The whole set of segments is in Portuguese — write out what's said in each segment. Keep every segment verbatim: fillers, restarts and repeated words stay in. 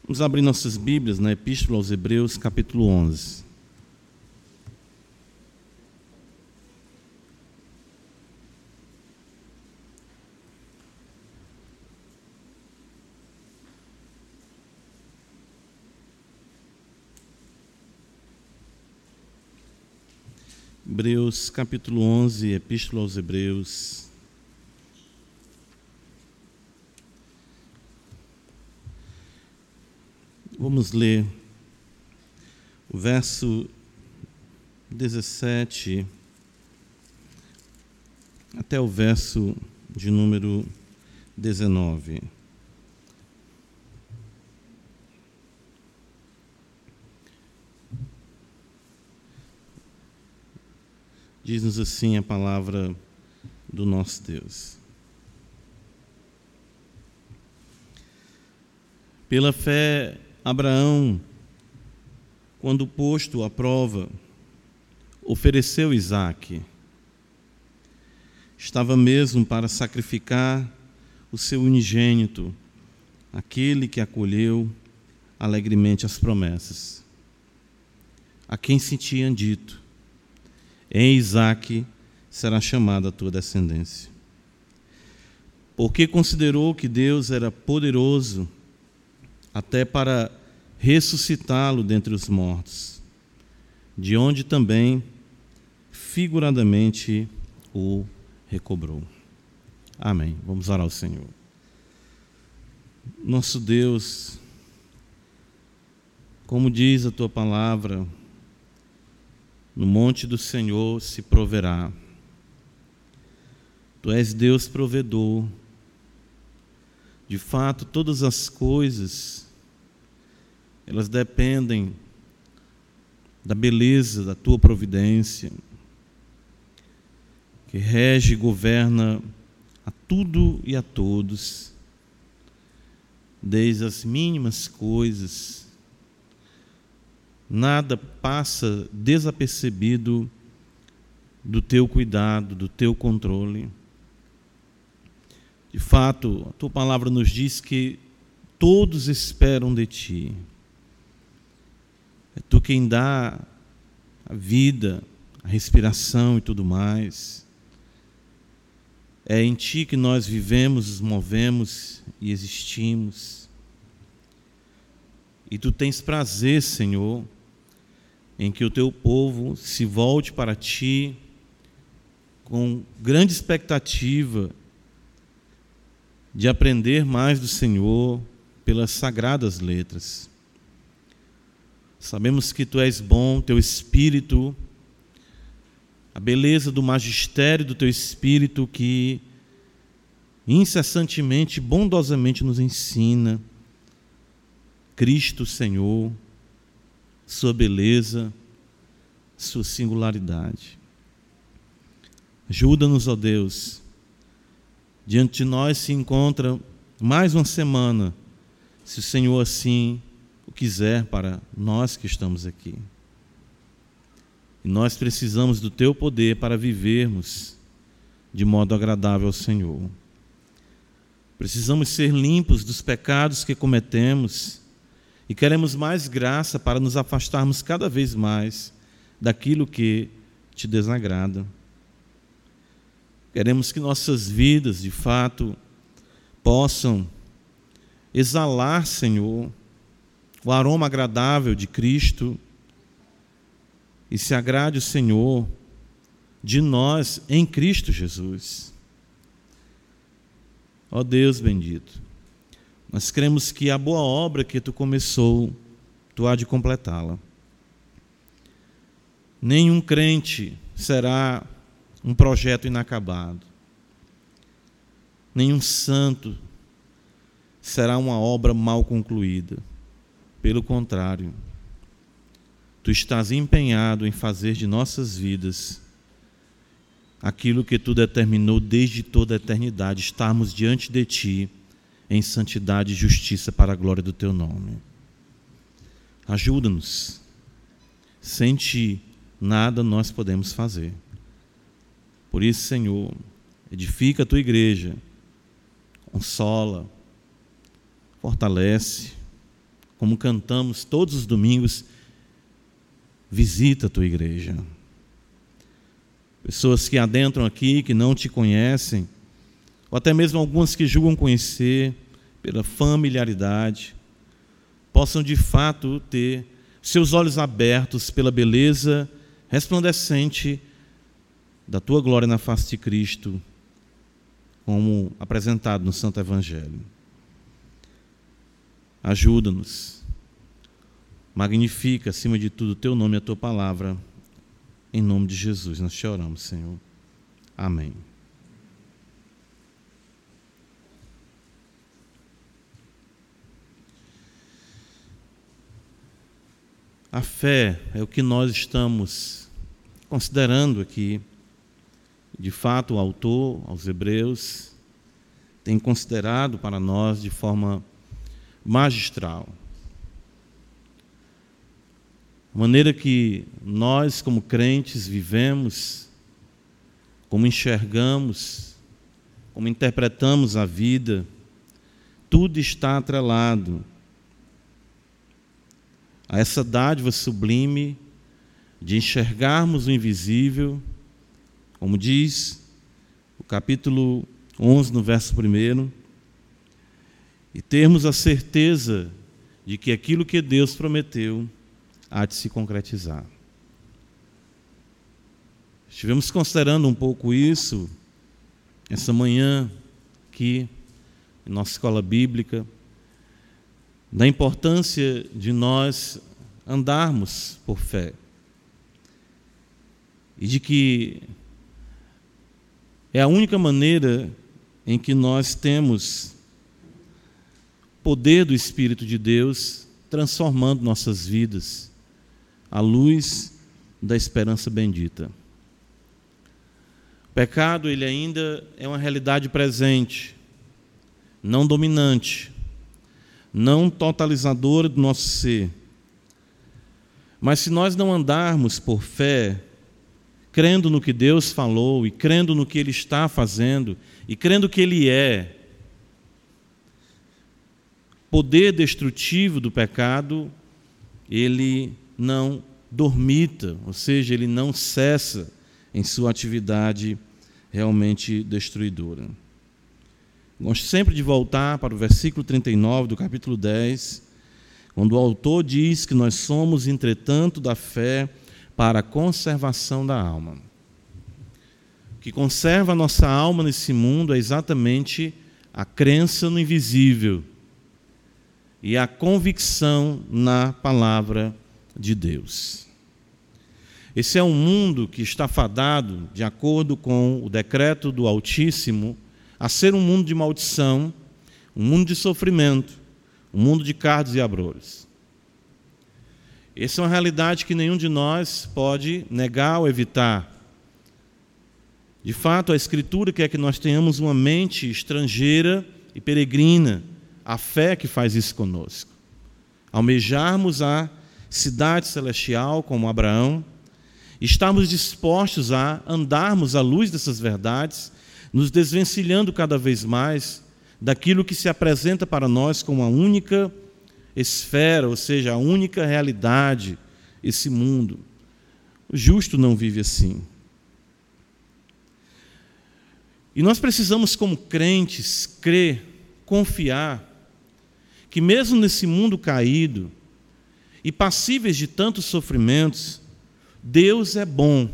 Vamos abrir nossas Bíblias na Epístola aos Hebreus, capítulo onze. Hebreus, capítulo onze, Epístola aos Hebreus. Vamos ler o verso dezessete até o verso de número dezenove. Diz-nos assim a palavra do nosso Deus. Pela fé, Abraão, quando posto à prova, ofereceu Isaque. Estava mesmo para sacrificar o seu unigênito, aquele que acolheu alegremente as promessas, a quem se tinha dito: em Isaque será chamada a tua descendência. Porque considerou que Deus era poderoso até para ressuscitá-lo dentre os mortos, de onde também figuradamente o recobrou. Amém. Vamos orar ao Senhor. Nosso Deus, como diz a tua palavra, no monte do Senhor se proverá. Tu és Deus provedor. De fato, todas as coisas, elas dependem da beleza da tua providência, que rege e governa a tudo e a todos, desde as mínimas coisas. Nada passa desapercebido do teu cuidado, do teu controle. De fato, a tua palavra nos diz que todos esperam de ti. É tu quem dá a vida, a respiração e tudo mais. É em ti que nós vivemos, nos movemos e existimos. E tu tens prazer, Senhor, em que o teu povo se volte para ti com grande expectativa de aprender mais do Senhor pelas sagradas letras. Sabemos que tu és bom, teu Espírito, a beleza do magistério do teu Espírito que incessantemente, bondosamente nos ensina Cristo Senhor, sua beleza, sua singularidade. Ajuda-nos, ó Deus. Diante de nós se encontra mais uma semana, se o Senhor assim o quiser, para nós que estamos aqui. E nós precisamos do teu poder para vivermos de modo agradável ao Senhor. Precisamos ser limpos dos pecados que cometemos e queremos mais graça para nos afastarmos cada vez mais daquilo que te desagrada. Queremos que nossas vidas, de fato, possam exalar, Senhor, o aroma agradável de Cristo, e se agrade o Senhor de nós em Cristo Jesus. Ó Deus bendito, nós cremos que a boa obra que tu começou, tu há de completá-la. Nenhum crente será um projeto inacabado. Nenhum santo será uma obra mal concluída. Pelo contrário, tu estás empenhado em fazer de nossas vidas aquilo que tu determinou desde toda a eternidade, estarmos diante de ti em santidade e justiça para a glória do teu nome. Ajuda-nos. Sem ti, nada nós podemos fazer. Por isso, Senhor, edifica a tua igreja, consola, fortalece, como cantamos todos os domingos, visita a tua igreja. Pessoas que adentram aqui, que não te conhecem, ou até mesmo algumas que julgam conhecer pela familiaridade, possam de fato ter seus olhos abertos pela beleza resplandecente da tua glória na face de Cristo, como apresentado no Santo Evangelho. Ajuda-nos. Magnifica, acima de tudo, o teu nome e a tua palavra. Em nome de Jesus, nós te oramos, Senhor. Amém. A fé é o que nós estamos considerando aqui. De fato, o autor, aos Hebreus, tem considerado para nós de forma magistral. A maneira que nós, como crentes, vivemos, como enxergamos, como interpretamos a vida, tudo está atrelado a essa dádiva sublime de enxergarmos o invisível, como diz o capítulo onze, no verso primeiro, e termos a certeza de que aquilo que Deus prometeu há de se concretizar. Estivemos considerando um pouco isso essa manhã aqui em nossa escola bíblica, da importância de nós andarmos por fé e de que é a única maneira em que nós temos poder do Espírito de Deus transformando nossas vidas à luz da esperança bendita. O pecado, ele ainda é uma realidade presente, não dominante, não totalizadora do nosso ser. Mas se nós não andarmos por fé, crendo no que Deus falou e crendo no que Ele está fazendo e crendo que Ele é, poder destrutivo do pecado, ele não dormita, ou seja, ele não cessa em sua atividade realmente destruidora. Gosto sempre de voltar para o versículo trinta e nove do capítulo dez, quando o autor diz que nós somos, entretanto, da fé para a conservação da alma. O que conserva a nossa alma nesse mundo é exatamente a crença no invisível e a convicção na palavra de Deus. Esse é um mundo que está fadado, de acordo com o decreto do Altíssimo, a ser um mundo de maldição, um mundo de sofrimento, um mundo de cardos e abrolhos. Essa é uma realidade que nenhum de nós pode negar ou evitar. De fato, a Escritura quer que nós tenhamos uma mente estrangeira e peregrina, a fé que faz isso conosco. Almejarmos a cidade celestial como Abraão, estarmos dispostos a andarmos à luz dessas verdades, nos desvencilhando cada vez mais daquilo que se apresenta para nós como a única esfera, ou seja, a única realidade, esse mundo. O justo não vive assim. E nós precisamos, como crentes, crer, confiar, que mesmo nesse mundo caído e passíveis de tantos sofrimentos, Deus é bom.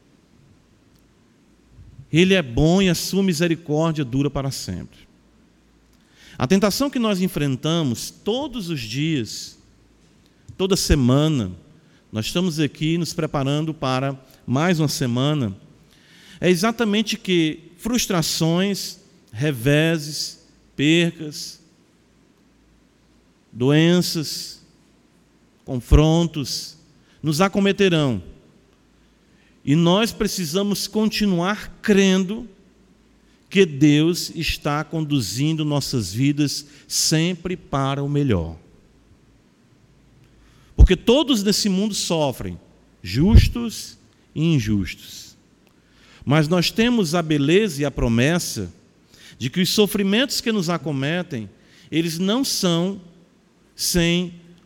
Ele é bom e a sua misericórdia dura para sempre. A tentação que nós enfrentamos todos os dias, toda semana, nós estamos aqui nos preparando para mais uma semana, é exatamente que frustrações, reveses, percas, doenças, confrontos nos acometerão. E nós precisamos continuar crendo que Deus está conduzindo nossas vidas sempre para o melhor. Porque todos nesse mundo sofrem, justos e injustos. Mas nós temos a beleza e a promessa de que os sofrimentos que nos acometem, eles não são sem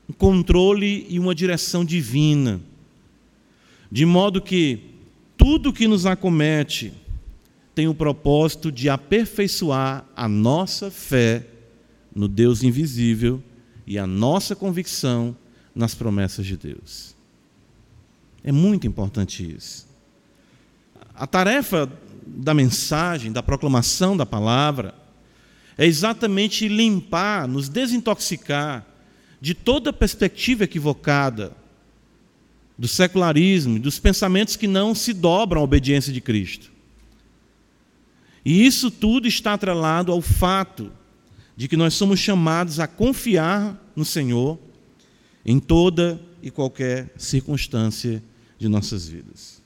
um controle e uma direção divina, de modo que tudo que nos acomete tem o propósito de aperfeiçoar a nossa fé no Deus invisível e a nossa convicção nas promessas de Deus. É muito importante isso. A tarefa da mensagem, da proclamação da palavra, é exatamente limpar, nos desintoxicar de toda perspectiva equivocada do secularismo, dos pensamentos que não se dobram à obediência de Cristo. E isso tudo está atrelado ao fato de que nós somos chamados a confiar no Senhor em toda e qualquer circunstância de nossas vidas.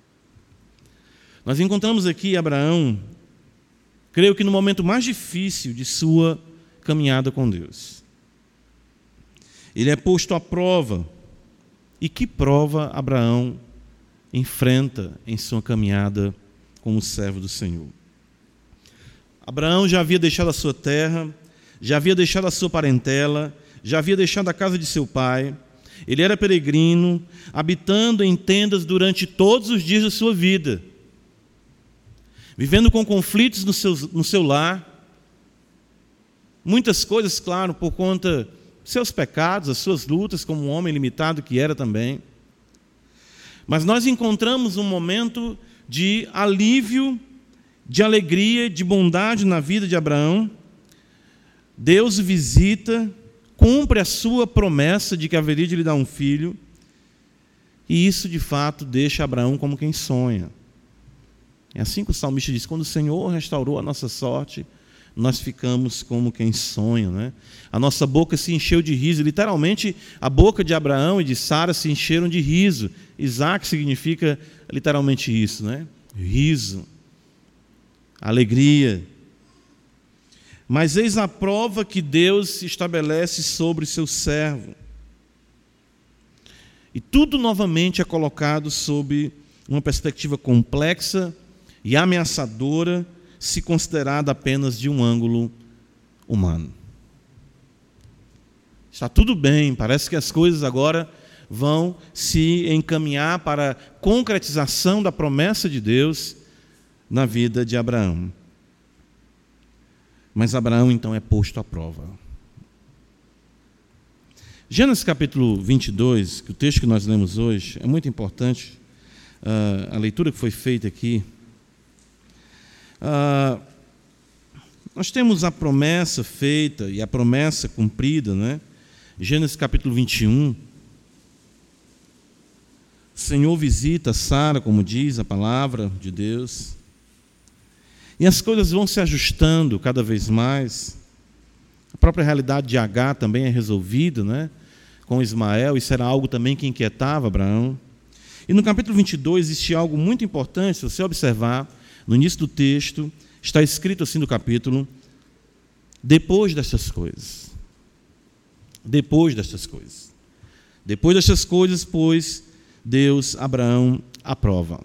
Nós encontramos aqui Abraão, creio que no momento mais difícil de sua caminhada com Deus. Ele é posto à prova. E que prova Abraão enfrenta em sua caminhada como servo do Senhor? Abraão já havia deixado a sua terra, já havia deixado a sua parentela, já havia deixado a casa de seu pai. Ele era peregrino, habitando em tendas durante todos os dias da sua vida, vivendo com conflitos no seu, no seu lar. Muitas coisas, claro, por conta dos seus pecados, as suas lutas, como um homem limitado que era também. Mas nós encontramos um momento de alívio, de alegria, de bondade na vida de Abraão. Deus o visita, cumpre a sua promessa de que haveria de lhe dar um filho, e isso de fato deixa Abraão como quem sonha. É assim que o salmista diz: quando o Senhor restaurou a nossa sorte, nós ficamos como quem sonha, né? A nossa boca se encheu de riso. Literalmente, a boca de Abraão e de Sara se encheram de riso. Isaac significa literalmente isso, né? Riso, alegria. Mas eis a prova que Deus estabelece sobre seu servo. E tudo novamente é colocado sob uma perspectiva complexa e ameaçadora, se considerada apenas de um ângulo humano. Está tudo bem, parece que as coisas agora vão se encaminhar para a concretização da promessa de Deus na vida de Abraão. Mas Abraão então é posto à prova. Gênesis capítulo vinte e dois, que o texto que nós lemos hoje, é muito importante, uh, a leitura que foi feita aqui. Uh, nós temos a promessa feita e a promessa cumprida, né? Gênesis capítulo vinte e um. O Senhor visita Sara, como diz a palavra de Deus, e as coisas vão se ajustando cada vez mais. A própria realidade de Agar também é resolvida, né? Com Ismael, isso era algo também que inquietava Abraão. E no capítulo vinte e dois existe algo muito importante, se você observar, no início do texto, está escrito assim no capítulo: depois destas coisas. Depois destas coisas. Depois destas coisas, pois, Deus, Abraão, aprova.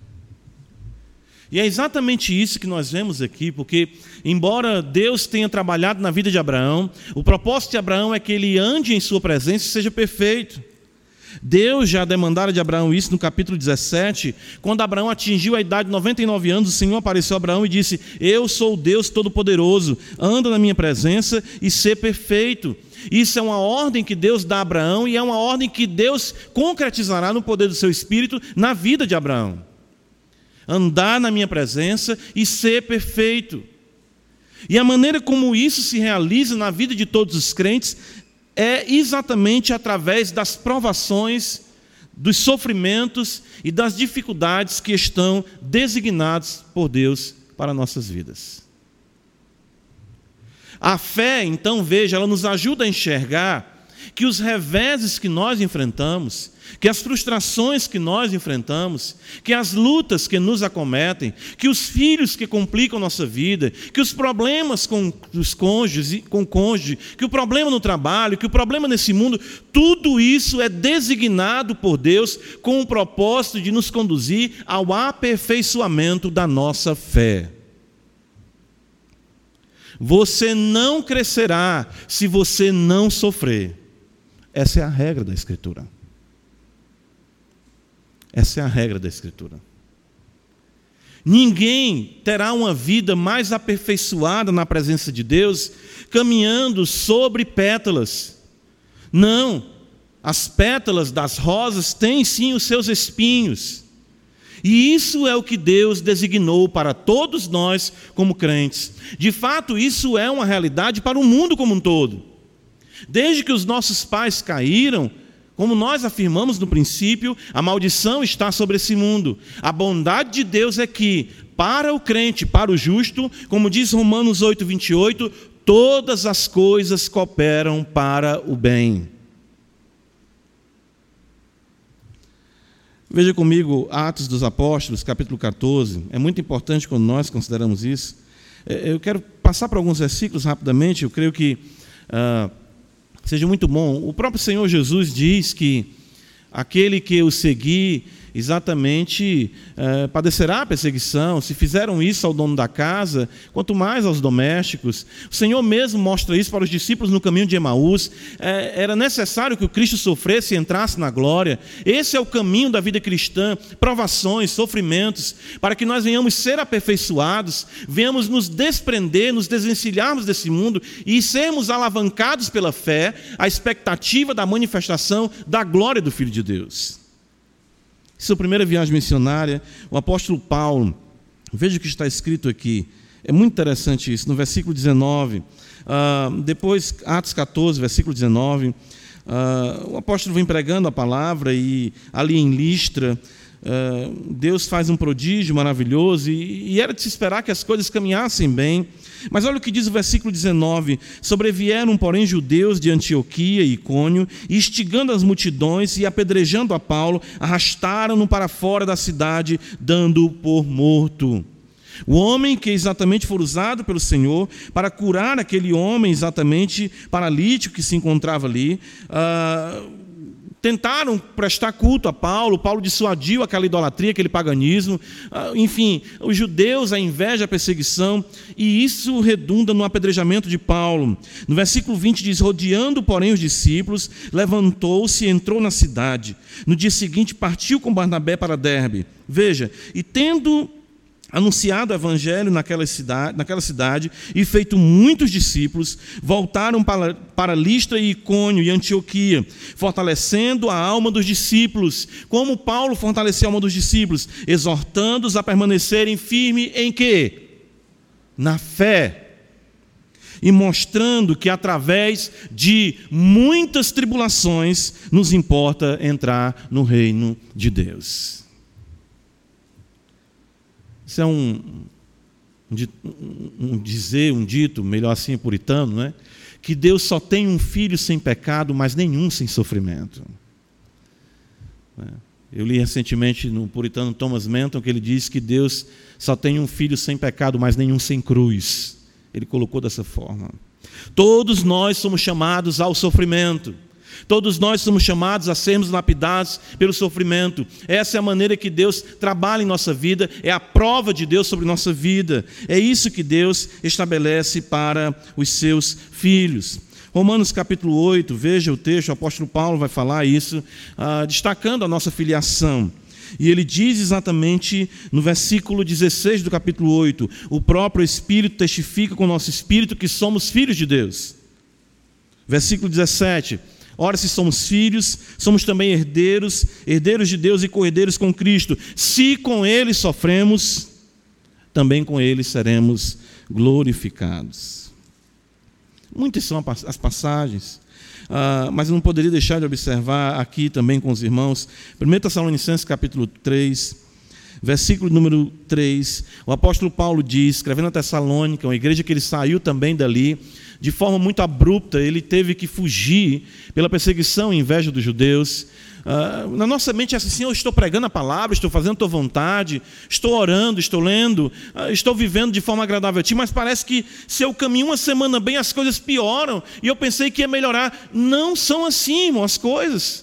E é exatamente isso que nós vemos aqui, porque, embora Deus tenha trabalhado na vida de Abraão, o propósito de Abraão é que ele ande em sua presença e seja perfeito. Deus já demandara de Abraão isso no capítulo dezessete, quando Abraão atingiu a idade de noventa e nove anos, o Senhor apareceu a Abraão e disse: eu sou o Deus Todo-Poderoso, anda na minha presença e ser perfeito. Isso é uma ordem que Deus dá a Abraão e é uma ordem que Deus concretizará no poder do seu Espírito na vida de Abraão. Andar na minha presença e ser perfeito. E a maneira como isso se realiza na vida de todos os crentes é exatamente através das provações, dos sofrimentos e das dificuldades que estão designados por Deus para nossas vidas. A fé, então, veja, ela nos ajuda a enxergar que os reveses que nós enfrentamos, que as frustrações que nós enfrentamos, que as lutas que nos acometem, que os filhos que complicam nossa vida, que os problemas com os cônjuges, com o cônjuge, que o problema no trabalho, que o problema nesse mundo, tudo isso é designado por Deus com o propósito de nos conduzir ao aperfeiçoamento da nossa fé. Você não crescerá se você não sofrer. Essa é a regra da Escritura. Essa é a regra da Escritura. Ninguém terá uma vida mais aperfeiçoada na presença de Deus caminhando sobre pétalas. Não, as pétalas das rosas têm sim os seus espinhos. E isso é o que Deus designou para todos nós como crentes. De fato, isso é uma realidade para o mundo como um todo. Desde que os nossos pais caíram, como nós afirmamos no princípio, a maldição está sobre esse mundo. A bondade de Deus é que, para o crente, para o justo, como diz Romanos oito, vinte e oito, todas as coisas cooperam para o bem. Veja comigo Atos dos Apóstolos, capítulo catorze. É muito importante quando nós consideramos isso. Eu quero passar por alguns versículos rapidamente. Eu creio que ah, seja muito bom. O próprio Senhor Jesus diz que aquele que o seguir exatamente é, padecerá perseguição. Se fizeram isso ao dono da casa, quanto mais aos domésticos. O Senhor mesmo mostra isso para os discípulos no caminho de Emaús. É, era necessário que o Cristo sofresse e entrasse na glória. Esse é o caminho da vida cristã, provações, sofrimentos, para que nós venhamos ser aperfeiçoados, venhamos nos desprender, nos desvencilharmos desse mundo e sermos alavancados pela fé, a expectativa da manifestação da glória do Filho de Deus. Sua primeira viagem missionária, o apóstolo Paulo, veja o que está escrito aqui, é muito interessante isso, no versículo dezenove, uh, depois Atos catorze, versículo dezenove, uh, o apóstolo vem pregando a palavra e ali em Listra, uh, Deus faz um prodígio maravilhoso e, e era de se esperar que as coisas caminhassem bem. Mas olha o que diz o versículo dezenove: sobrevieram, porém, judeus de Antioquia e Icônio, e instigando as multidões e apedrejando a Paulo, arrastaram-no para fora da cidade, dando-o por morto. O homem que exatamente for usado pelo Senhor para curar aquele homem exatamente paralítico que se encontrava ali, ah, tentaram prestar culto a Paulo, Paulo dissuadiu aquela idolatria, aquele paganismo, enfim, os judeus, a inveja, a perseguição, e isso redunda no apedrejamento de Paulo. No versículo vinte diz: rodeando, porém, os discípulos, levantou-se e entrou na cidade. No dia seguinte partiu com Barnabé para Derbe. Veja, e tendo anunciado o evangelho naquela cidade, naquela cidade e feito muitos discípulos, voltaram para, para Listra e Icônio e Antioquia, fortalecendo a alma dos discípulos. Como Paulo fortaleceu a alma dos discípulos? Exortando-os a permanecerem firmes em quê? Na fé. E mostrando que através de muitas tribulações nos importa entrar no reino de Deus. Isso é um, um, um dizer, um dito, melhor assim, puritano, né? Que Deus só tem um filho sem pecado, mas nenhum sem sofrimento. Eu li recentemente no puritano Thomas Manton que ele diz que Deus só tem um filho sem pecado, mas nenhum sem cruz. Ele colocou dessa forma. Todos nós somos chamados ao sofrimento. Todos nós somos chamados a sermos lapidados pelo sofrimento. Essa é a maneira que Deus trabalha em nossa vida, é a prova de Deus sobre nossa vida. É isso que Deus estabelece para os seus filhos. Romanos capítulo oito, veja o texto, o apóstolo Paulo vai falar isso, ah, destacando a nossa filiação. E ele diz exatamente no versículo dezesseis do capítulo oito: o próprio Espírito testifica com o nosso espírito que somos filhos de Deus. Versículo dezessete: ora, se somos filhos, somos também herdeiros, herdeiros de Deus e co-herdeiros com Cristo. Se com Ele sofremos, também com Ele seremos glorificados. Muitas são as passagens, uh, mas eu não poderia deixar de observar aqui também com os irmãos. primeira Tessalonicenses capítulo três, versículo número três, o apóstolo Paulo diz, escrevendo a Tessalônica, uma igreja que ele saiu também dali, de forma muito abrupta, ele teve que fugir pela perseguição e inveja dos judeus. Uh, na nossa mente é assim: eu estou pregando a palavra, estou fazendo a tua vontade, estou orando, estou lendo, uh, estou vivendo de forma agradável a ti, mas parece que se eu caminho uma semana bem, as coisas pioram, e eu pensei que ia melhorar. Não são assim, irmão, as coisas.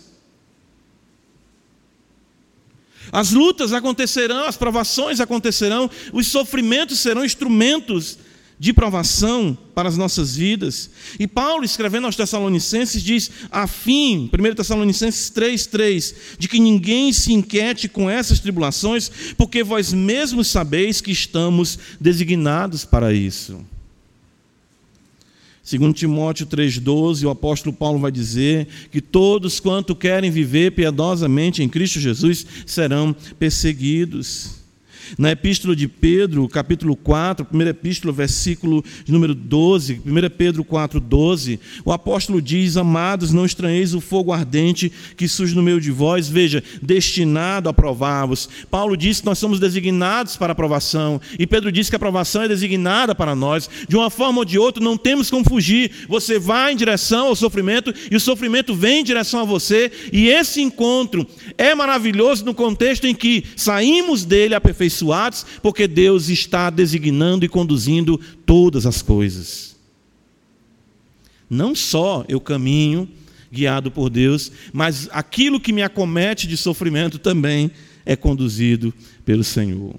As lutas acontecerão, as provações acontecerão, os sofrimentos serão instrumentos de provação para as nossas vidas. E Paulo, escrevendo aos Tessalonicenses, diz, a fim, primeira Tessalonicenses três, três, de que ninguém se inquiete com essas tribulações, porque vós mesmos sabeis que estamos designados para isso. Segundo Timóteo três, doze, o apóstolo Paulo vai dizer que todos quanto querem viver piedosamente em Cristo Jesus serão perseguidos. Na epístola de Pedro, capítulo quatro, primeira epístola, versículo de número doze, primeira Pedro quatro, doze, o apóstolo diz, amados, não estranheis o fogo ardente que surge no meio de vós, veja, destinado a provar-vos. Paulo diz que nós somos designados para a provação, e Pedro diz que a provação é designada para nós. De uma forma ou de outra, não temos como fugir. Você vai em direção ao sofrimento, e o sofrimento vem em direção a você, e esse encontro é maravilhoso no contexto em que saímos dele aperfeiçoados, porque Deus está designando e conduzindo todas as coisas. Não só eu caminho guiado por Deus, mas aquilo que me acomete de sofrimento também é conduzido pelo Senhor.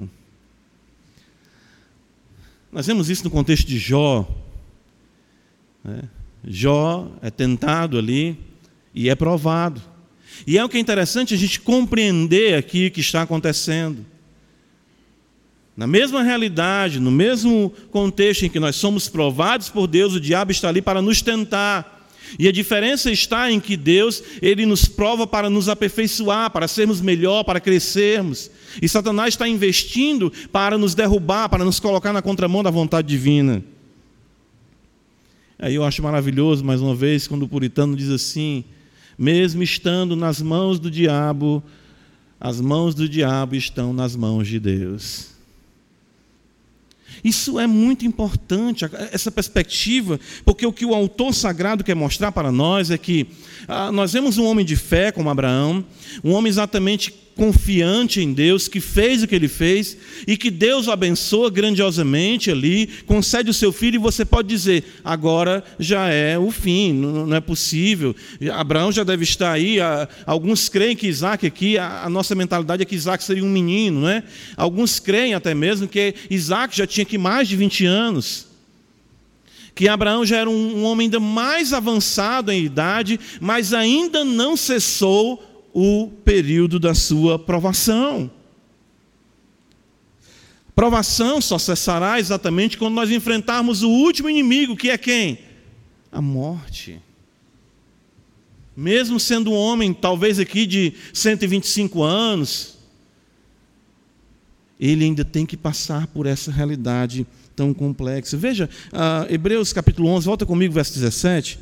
Nós vemos isso no contexto de Jó. Jó é tentado ali e é provado. E é o que é interessante a gente compreender aqui o que está acontecendo. Na mesma realidade, no mesmo contexto em que nós somos provados por Deus, o diabo está ali para nos tentar. E a diferença está em que Deus, Ele nos prova para nos aperfeiçoar, para sermos melhor, para crescermos. E Satanás está investindo para nos derrubar, para nos colocar na contramão da vontade divina. Aí eu acho maravilhoso, mais uma vez, quando o puritano diz assim, mesmo estando nas mãos do diabo, as mãos do diabo estão nas mãos de Deus. Isso é muito importante, essa perspectiva, porque o que o autor sagrado quer mostrar para nós é que ah, nós vemos um homem de fé como Abraão, um homem exatamente confiante em Deus, que fez o que ele fez, e que Deus o abençoa grandiosamente ali, concede o seu filho, e você pode dizer, agora já é o fim, não é possível, Abraão já deve estar aí, alguns creem que Isaac aqui, a nossa mentalidade é que Isaac seria um menino, não é? Alguns creem até mesmo que Isaac já tinha aqui mais de vinte anos, que Abraão já era um homem ainda mais avançado em idade, mas ainda não cessou o período da sua provação. Provação só cessará exatamente quando nós enfrentarmos o último inimigo, que é quem? A morte. Mesmo sendo um homem, talvez aqui de cento e vinte e cinco anos, ele ainda tem que passar por essa realidade tão complexa. Veja, uh, Hebreus capítulo onze, volta comigo, verso dezessete.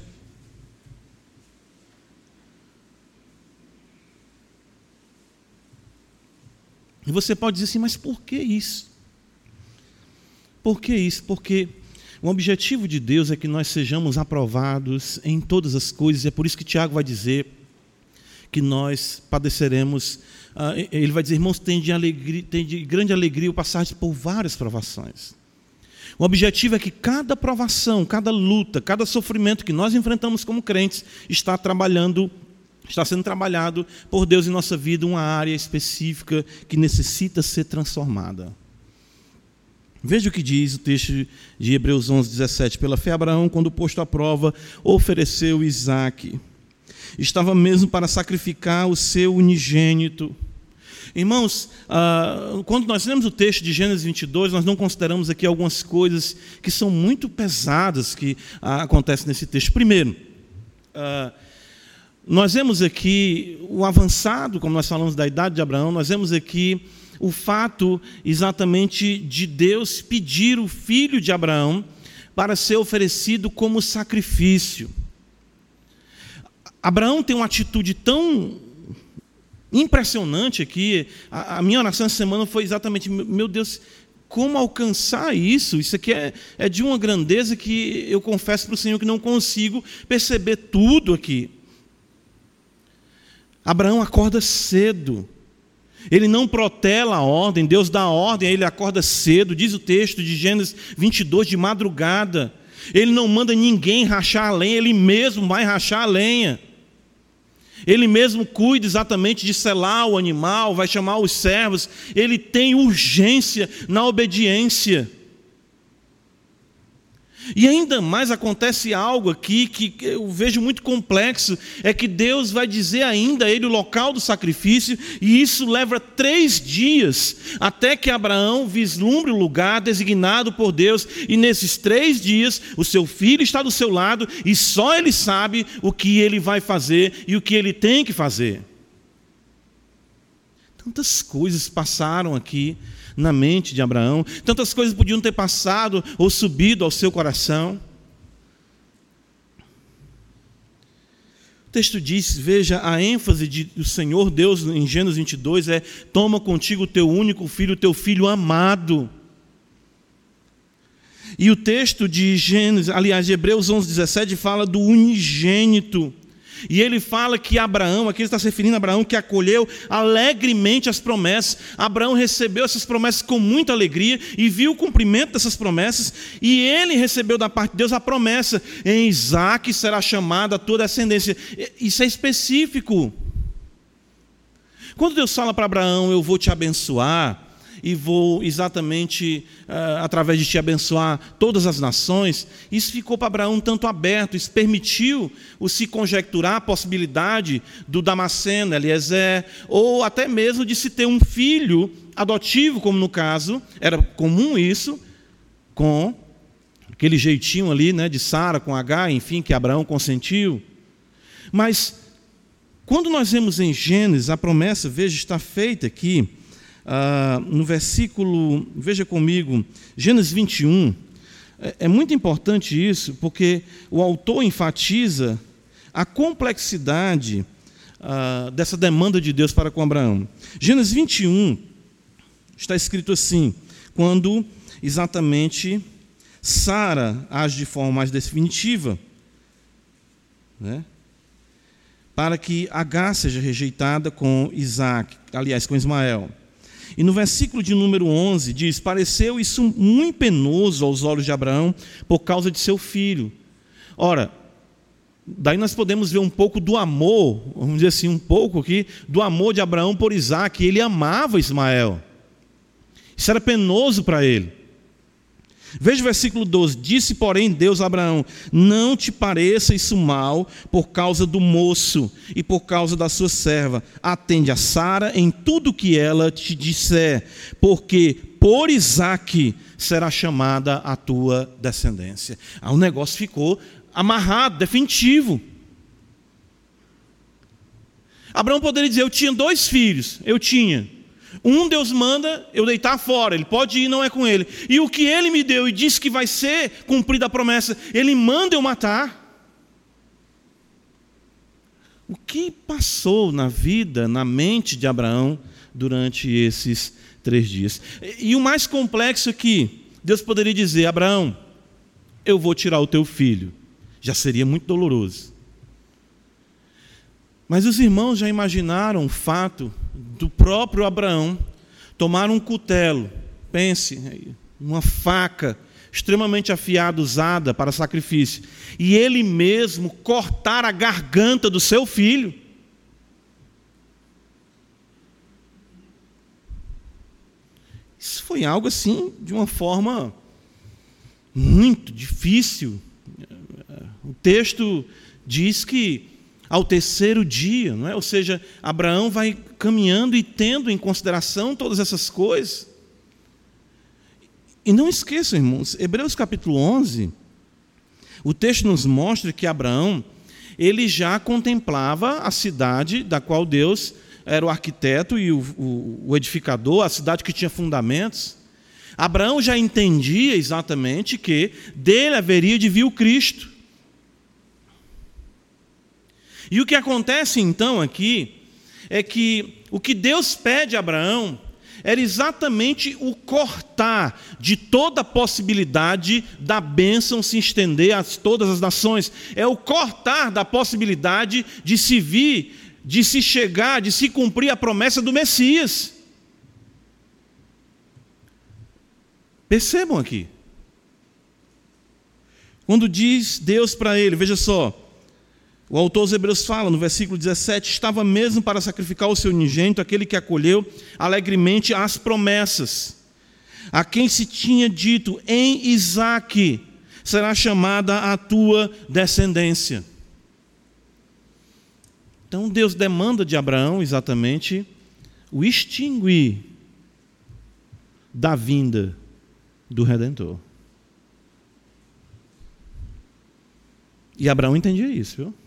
E você pode dizer assim, mas por que isso? Por que isso? Porque o objetivo de Deus é que nós sejamos aprovados em todas as coisas, e é por isso que Tiago vai dizer que nós padeceremos, ele vai dizer, irmãos, tem de, alegria, tem de grande alegria o passar por várias provações. O objetivo é que cada provação, cada luta, cada sofrimento que nós enfrentamos como crentes está trabalhando Está sendo trabalhado por Deus em nossa vida uma área específica que necessita ser transformada. Veja o que diz o texto de Hebreus onze, dezessete. Pela fé, Abraão, quando posto à prova, ofereceu Isaque. Estava mesmo para sacrificar o seu unigênito. Irmãos, ah, quando nós lemos o texto de Gênesis vinte e dois, nós não consideramos aqui algumas coisas que são muito pesadas que ah, acontecem nesse texto. Primeiro, ah, nós vemos aqui o avançado, como nós falamos da idade de Abraão, nós vemos aqui o fato exatamente de Deus pedir o filho de Abraão para ser oferecido como sacrifício. Abraão tem uma atitude tão impressionante aqui. A, a minha oração essa semana foi exatamente, meu Deus, como alcançar isso? Isso aqui é, é de uma grandeza que eu confesso para o Senhor que não consigo perceber tudo aqui. Abraão acorda cedo, ele não protela a ordem, Deus dá a ordem, ele acorda cedo, diz o texto de Gênesis vinte e dois, de madrugada, ele não manda ninguém rachar a lenha, ele mesmo vai rachar a lenha, ele mesmo cuida exatamente de selar o animal, vai chamar os servos, ele tem urgência na obediência. E ainda mais acontece algo aqui que eu vejo muito complexo, é que Deus vai dizer ainda a ele o local do sacrifício, e isso leva três dias, até que Abraão vislumbre o lugar designado por Deus, e nesses três dias o seu filho está do seu lado, e só ele sabe o que ele vai fazer e o que ele tem que fazer. Tantas coisas passaram aqui na mente de Abraão, tantas coisas podiam ter passado ou subido ao seu coração. O texto diz, veja, a ênfase de, do Senhor Deus em Gênesis vinte e dois é: toma contigo o teu único filho, o teu filho amado. E o texto de Gênesis, aliás, de Hebreus onze, dezessete, fala do unigênito. E ele fala que Abraão, aqui ele está se referindo a Abraão, que acolheu alegremente as promessas. Abraão recebeu essas promessas com muita alegria e viu o cumprimento dessas promessas. E ele recebeu da parte de Deus a promessa: em Isaque será chamada a tua descendência. Isso é específico. Quando Deus fala para Abraão: eu vou te abençoar, e vou exatamente, uh, através de te abençoar todas as nações, isso ficou para Abraão um tanto aberto, isso permitiu o se conjecturar a possibilidade do Damasceno, Eliezer, ou até mesmo de se ter um filho adotivo, como no caso, era comum isso, com aquele jeitinho ali, né, de Sara com Agar, enfim, que Abraão consentiu. Mas, quando nós vemos em Gênesis, a promessa, veja, está feita aqui, Uh, no versículo, veja comigo, Gênesis vinte e um, é, é muito importante isso, porque o autor enfatiza a complexidade uh, dessa demanda de Deus para com Abraão. Gênesis vinte e um, está escrito assim: quando exatamente Sara age de forma mais definitiva, né, para que Agar seja rejeitada com Isaac, aliás, com Ismael. E no versículo de número onze diz: pareceu isso muito penoso aos olhos de Abraão por causa de seu filho. Ora, daí nós podemos ver um pouco do amor, vamos dizer assim, um pouco aqui, do amor de Abraão por Isaac. Ele amava Ismael. Isso era penoso para ele. Veja o versículo doze: disse, porém, Deus a Abraão: não te pareça isso mal por causa do moço e por causa da sua serva. Atende a Sara em tudo que ela te disser, porque por Isaque será chamada a tua descendência. Aí o negócio ficou amarrado, definitivo. Abraão poderia dizer: eu tinha dois filhos, eu tinha. Um Deus manda eu deitar fora, ele pode ir, não é com ele. E o que ele me deu e disse que vai ser cumprida a promessa, ele manda eu matar. O que passou na vida, na mente de Abraão durante esses três dias? E o mais complexo é que Deus poderia dizer: Abraão, eu vou tirar o teu filho. Já seria muito doloroso. Mas os irmãos já imaginaram o fato do próprio Abraão tomar um cutelo, pense, uma faca extremamente afiada, usada para sacrifício, e ele mesmo cortar a garganta do seu filho? Isso foi algo assim, de uma forma muito difícil. O texto diz que ao terceiro dia, não é? Ou seja, Abraão vai caminhando e tendo em consideração todas essas coisas. E não esqueçam, irmãos, Hebreus capítulo onze, o texto nos mostra que Abraão, ele já contemplava a cidade da qual Deus era o arquiteto e o, o, o edificador, a cidade que tinha fundamentos. Abraão já entendia exatamente que dele haveria de vir o Cristo. E o que acontece então aqui é que o que Deus pede a Abraão era exatamente o cortar de toda a possibilidade da bênção se estender a todas as nações. É o cortar da possibilidade de se vir, de se chegar, de se cumprir a promessa do Messias. Percebam aqui. Quando diz Deus para ele, veja só, o autor dos Hebreus fala no versículo dezessete: estava mesmo para sacrificar o seu unigênito, aquele que acolheu alegremente as promessas, a quem se tinha dito: em Isaque será chamada a tua descendência. Então Deus demanda de Abraão exatamente o extinguir da vinda do Redentor. E Abraão entendia isso, viu?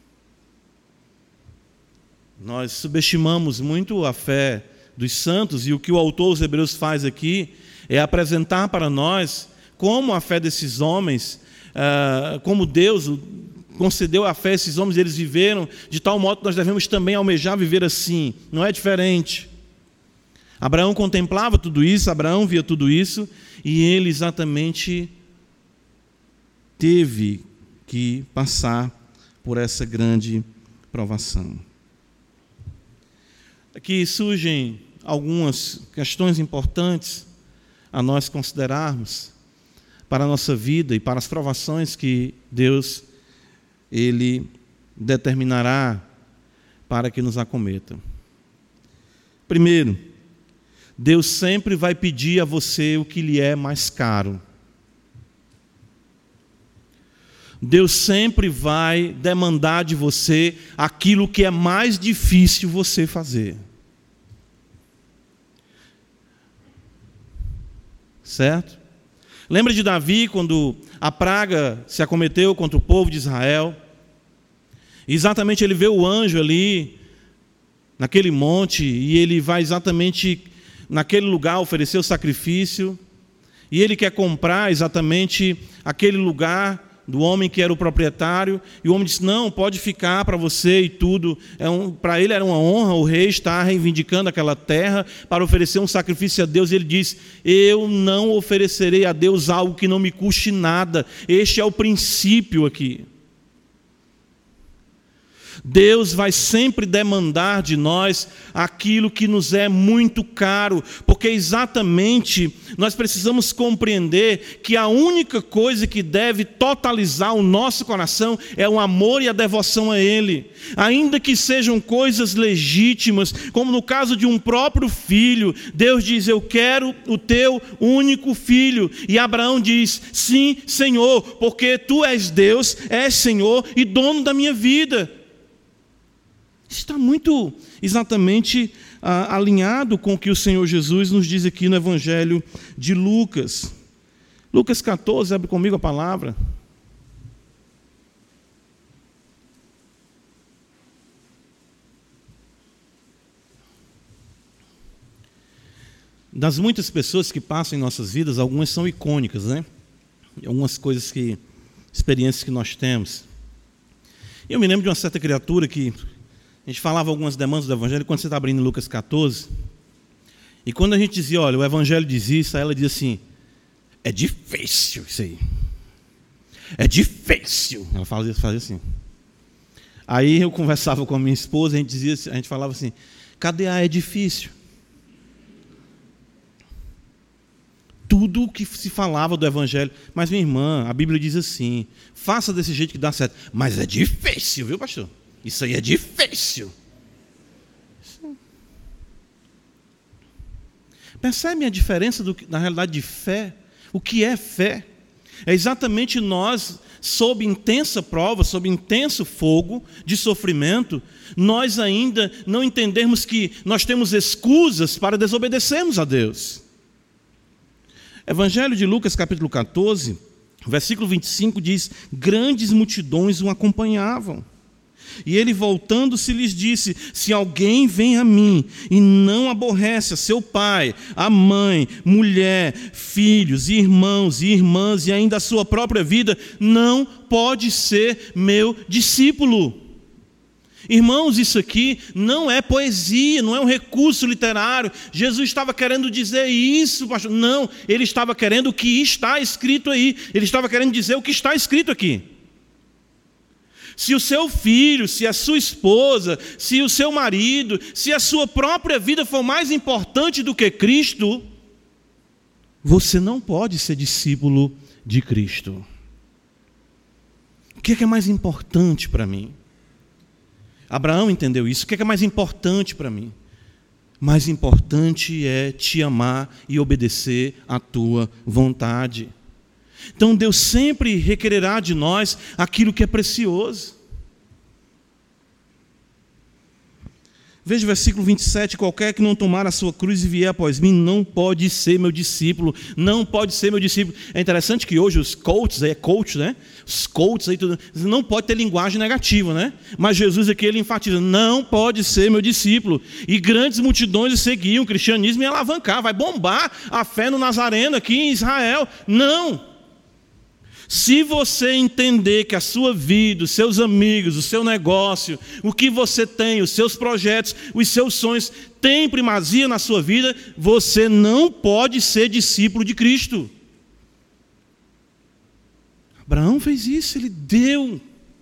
Nós subestimamos muito a fé dos santos, e o que o autor dos Hebreus faz aqui é apresentar para nós como a fé desses homens, como Deus concedeu a fé a esses homens, eles viveram de tal modo que nós devemos também almejar viver assim. Não é diferente. Abraão contemplava tudo isso, Abraão via tudo isso, e ele exatamente teve que passar por essa grande provação. Aqui surgem algumas questões importantes a nós considerarmos para a nossa vida e para as provações que Deus Ele determinará para que nos acometa. Primeiro, Deus sempre vai pedir a você o que lhe é mais caro. Deus sempre vai demandar de você aquilo que é mais difícil você fazer. Certo? Lembra de Davi quando a praga se acometeu contra o povo de Israel? Exatamente, ele vê o anjo ali, naquele monte, e ele vai exatamente naquele lugar oferecer o sacrifício, e ele quer comprar exatamente aquele lugar do homem que era o proprietário, e o homem disse, não, pode ficar para você e tudo. É um, para ele era uma honra, o rei está reivindicando aquela terra para oferecer um sacrifício a Deus, e ele diz, eu não oferecerei a Deus algo que não me custe nada. Este é o princípio aqui. Deus vai sempre demandar de nós aquilo que nos é muito caro, porque exatamente nós precisamos compreender que a única coisa que deve totalizar o nosso coração é o amor e a devoção a Ele. Ainda que sejam coisas legítimas, como no caso de um próprio filho, Deus diz, eu quero o teu único filho. E Abraão diz, sim, Senhor, porque Tu és Deus, és Senhor e dono da minha vida. Está muito exatamente ah, alinhado com o que o Senhor Jesus nos diz aqui no Evangelho de Lucas. Lucas catorze, abre comigo a palavra. Das muitas pessoas que passam em nossas vidas, algumas são icônicas, né? Algumas coisas que, experiências que nós temos. Eu me lembro de uma certa criatura que a gente falava algumas demandas do Evangelho, quando você está abrindo Lucas catorze, e quando a gente dizia, olha, o Evangelho diz isso, aí ela diz assim, é difícil isso aí. É difícil. Ela fazia, fazia assim. Aí eu conversava com a minha esposa, a gente, dizia, a gente falava assim, cadê a é difícil? Tudo o que se falava do Evangelho, mas minha irmã, a Bíblia diz assim, faça desse jeito que dá certo, mas é difícil, viu, pastor? Isso aí é difícil. Percebe a diferença do, na realidade de fé? O que é fé? É exatamente nós, sob intensa prova, sob intenso fogo de sofrimento, nós ainda não entendermos que nós temos escusas para desobedecermos a Deus. Evangelho de Lucas, capítulo catorze, versículo vinte e cinco diz, grandes multidões o acompanhavam. E ele voltando-se lhes disse, se alguém vem a mim e não aborrece a seu pai, a mãe, mulher, filhos, irmãos e irmãs e ainda a sua própria vida, não pode ser meu discípulo. Irmãos, isso aqui não é poesia, não é um recurso literário. Jesus estava querendo dizer isso, pastor. Não, ele estava querendo o que está escrito aí. Ele estava querendo dizer o que está escrito aqui. Se o seu filho, se a sua esposa, se o seu marido, se a sua própria vida for mais importante do que Cristo, você não pode ser discípulo de Cristo. O que é, que é mais importante para mim? Abraão entendeu isso. O que é, que é mais importante para mim? Mais importante é te amar e obedecer à tua vontade. Então Deus sempre requererá de nós aquilo que é precioso. Veja o versículo vinte e sete, qualquer que não tomar a sua cruz e vier após mim, não pode ser meu discípulo, não pode ser meu discípulo. É interessante que hoje os coaches, aí é coach, né? Os coaches aí, tudo, não pode ter linguagem negativa, né? Mas Jesus aqui ele enfatiza, não pode ser meu discípulo. E grandes multidões seguiam, o cristianismo ia alavancar, vai bombar a fé no Nazareno aqui em Israel. Não! Se você entender que a sua vida, os seus amigos, o seu negócio, o que você tem, os seus projetos, os seus sonhos têm primazia na sua vida, você não pode ser discípulo de Cristo. Abraão fez isso, ele deu.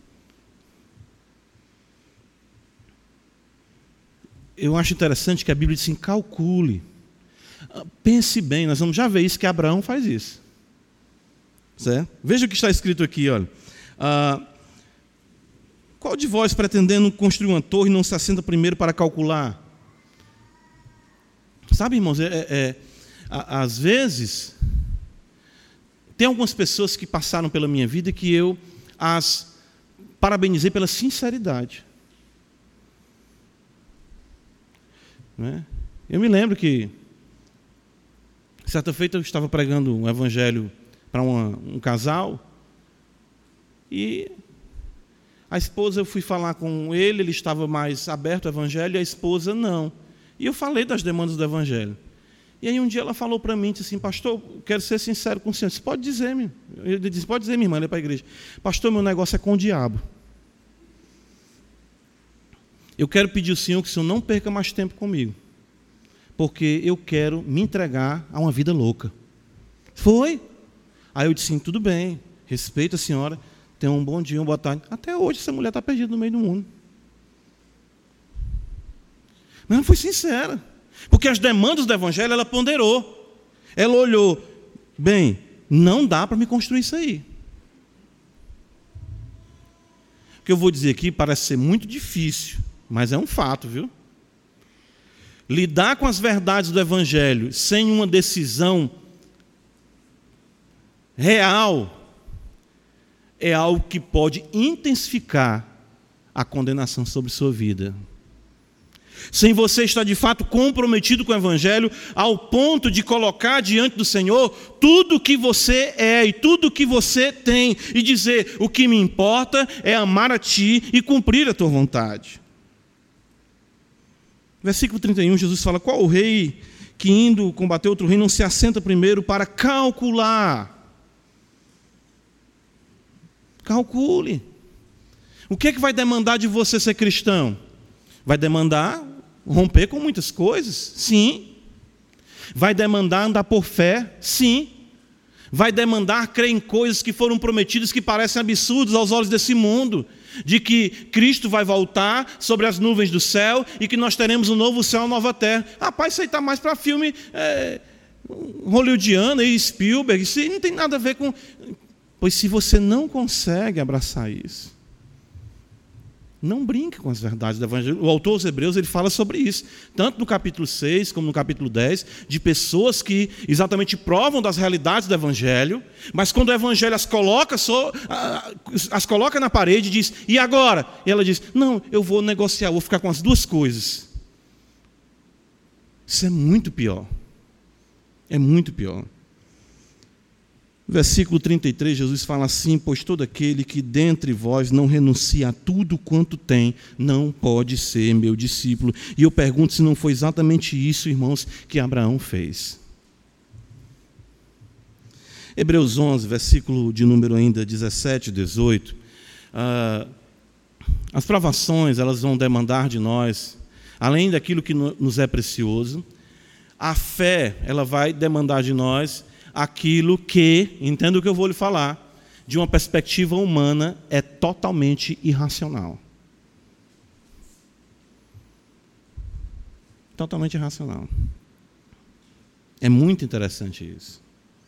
Eu acho interessante que a Bíblia diz assim, calcule. Pense bem, nós vamos já ver isso, que Abraão faz isso. Certo? Veja o que está escrito aqui, olha. Ah, qual de vós, pretendendo construir uma torre, não se assenta primeiro para calcular? Sabe, irmãos, é, é, é, às vezes, tem algumas pessoas que passaram pela minha vida que eu as parabenizei pela sinceridade. Não é? Eu me lembro que, certa feita, eu estava pregando um evangelho para um casal, e a esposa, eu fui falar com ele, ele estava mais aberto ao evangelho, e a esposa não. E eu falei das demandas do evangelho. E aí um dia ela falou para mim, disse assim, pastor, quero ser sincero com o senhor. Eu disse, pode dizer, minha. Eu disse, pode dizer, minha irmã, ela é para a igreja. Pastor, meu negócio é com o diabo. Eu quero pedir ao senhor que o senhor não perca mais tempo comigo, porque eu quero me entregar a uma vida louca. Foi? Aí eu disse, sim, tudo bem, respeito a senhora, tenha um bom dia, uma boa tarde. Até hoje essa mulher está perdida no meio do mundo. Mas ela foi sincera, porque as demandas do evangelho ela ponderou. Ela olhou, bem, não dá para me construir isso aí. O que eu vou dizer aqui parece ser muito difícil, mas é um fato, viu? Lidar com as verdades do evangelho sem uma decisão real é algo que pode intensificar a condenação sobre sua vida. Sem você estar de fato comprometido com o evangelho ao ponto de colocar diante do Senhor tudo o que você é e tudo o que você tem e dizer, o que me importa é amar a ti e cumprir a tua vontade. Versículo trinta e um, Jesus fala, qual o rei que indo combater outro rei não se assenta primeiro para calcular? Calcule. O que é que vai demandar de você ser cristão? Vai demandar romper com muitas coisas? Sim. Vai demandar andar por fé? Sim. Vai demandar crer em coisas que foram prometidas que parecem absurdas aos olhos desse mundo, de que Cristo vai voltar sobre as nuvens do céu e que nós teremos um novo céu e uma nova terra. Rapaz, isso aí está mais para filme é, hollywoodiano e Spielberg, isso aí não tem nada a ver com... Pois se você não consegue abraçar isso, não brinque com as verdades do evangelho. O autor aos Hebreus ele fala sobre isso, tanto no capítulo seis como no capítulo dez, de pessoas que exatamente provam das realidades do evangelho, mas quando o evangelho as coloca, só, as coloca na parede e diz, e agora? E ela diz, não, eu vou negociar, vou ficar com as duas coisas. Isso é muito pior. É muito pior. Versículo trinta e três, Jesus fala assim, pois todo aquele que dentre vós não renuncia a tudo quanto tem, não pode ser meu discípulo. E eu pergunto se não foi exatamente isso, irmãos, que Abraão fez. Hebreus onze, versículo de número ainda dezessete e dezoito. Ah, as provações, elas vão demandar de nós, além daquilo que nos é precioso, a fé, ela vai demandar de nós aquilo que, entenda o que eu vou lhe falar, de uma perspectiva humana é totalmente irracional. Totalmente irracional. É muito interessante isso.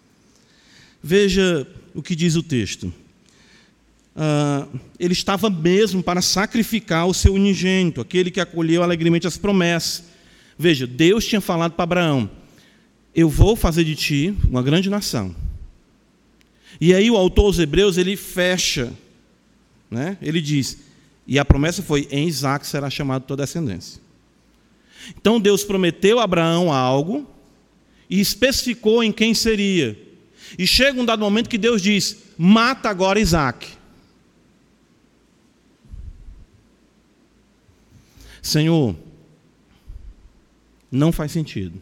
Veja o que diz o texto. Ah, ele estava mesmo para sacrificar o seu unigênito, aquele que acolheu alegremente as promessas. Veja, Deus tinha falado para Abraão, eu vou fazer de ti uma grande nação. E aí o autor aos Hebreus, ele fecha, né? Ele diz, e a promessa foi, em Isaque será chamado tua descendência. Então Deus prometeu a Abraão algo e especificou em quem seria. E chega um dado momento que Deus diz, mata agora Isaque. Senhor, não faz sentido.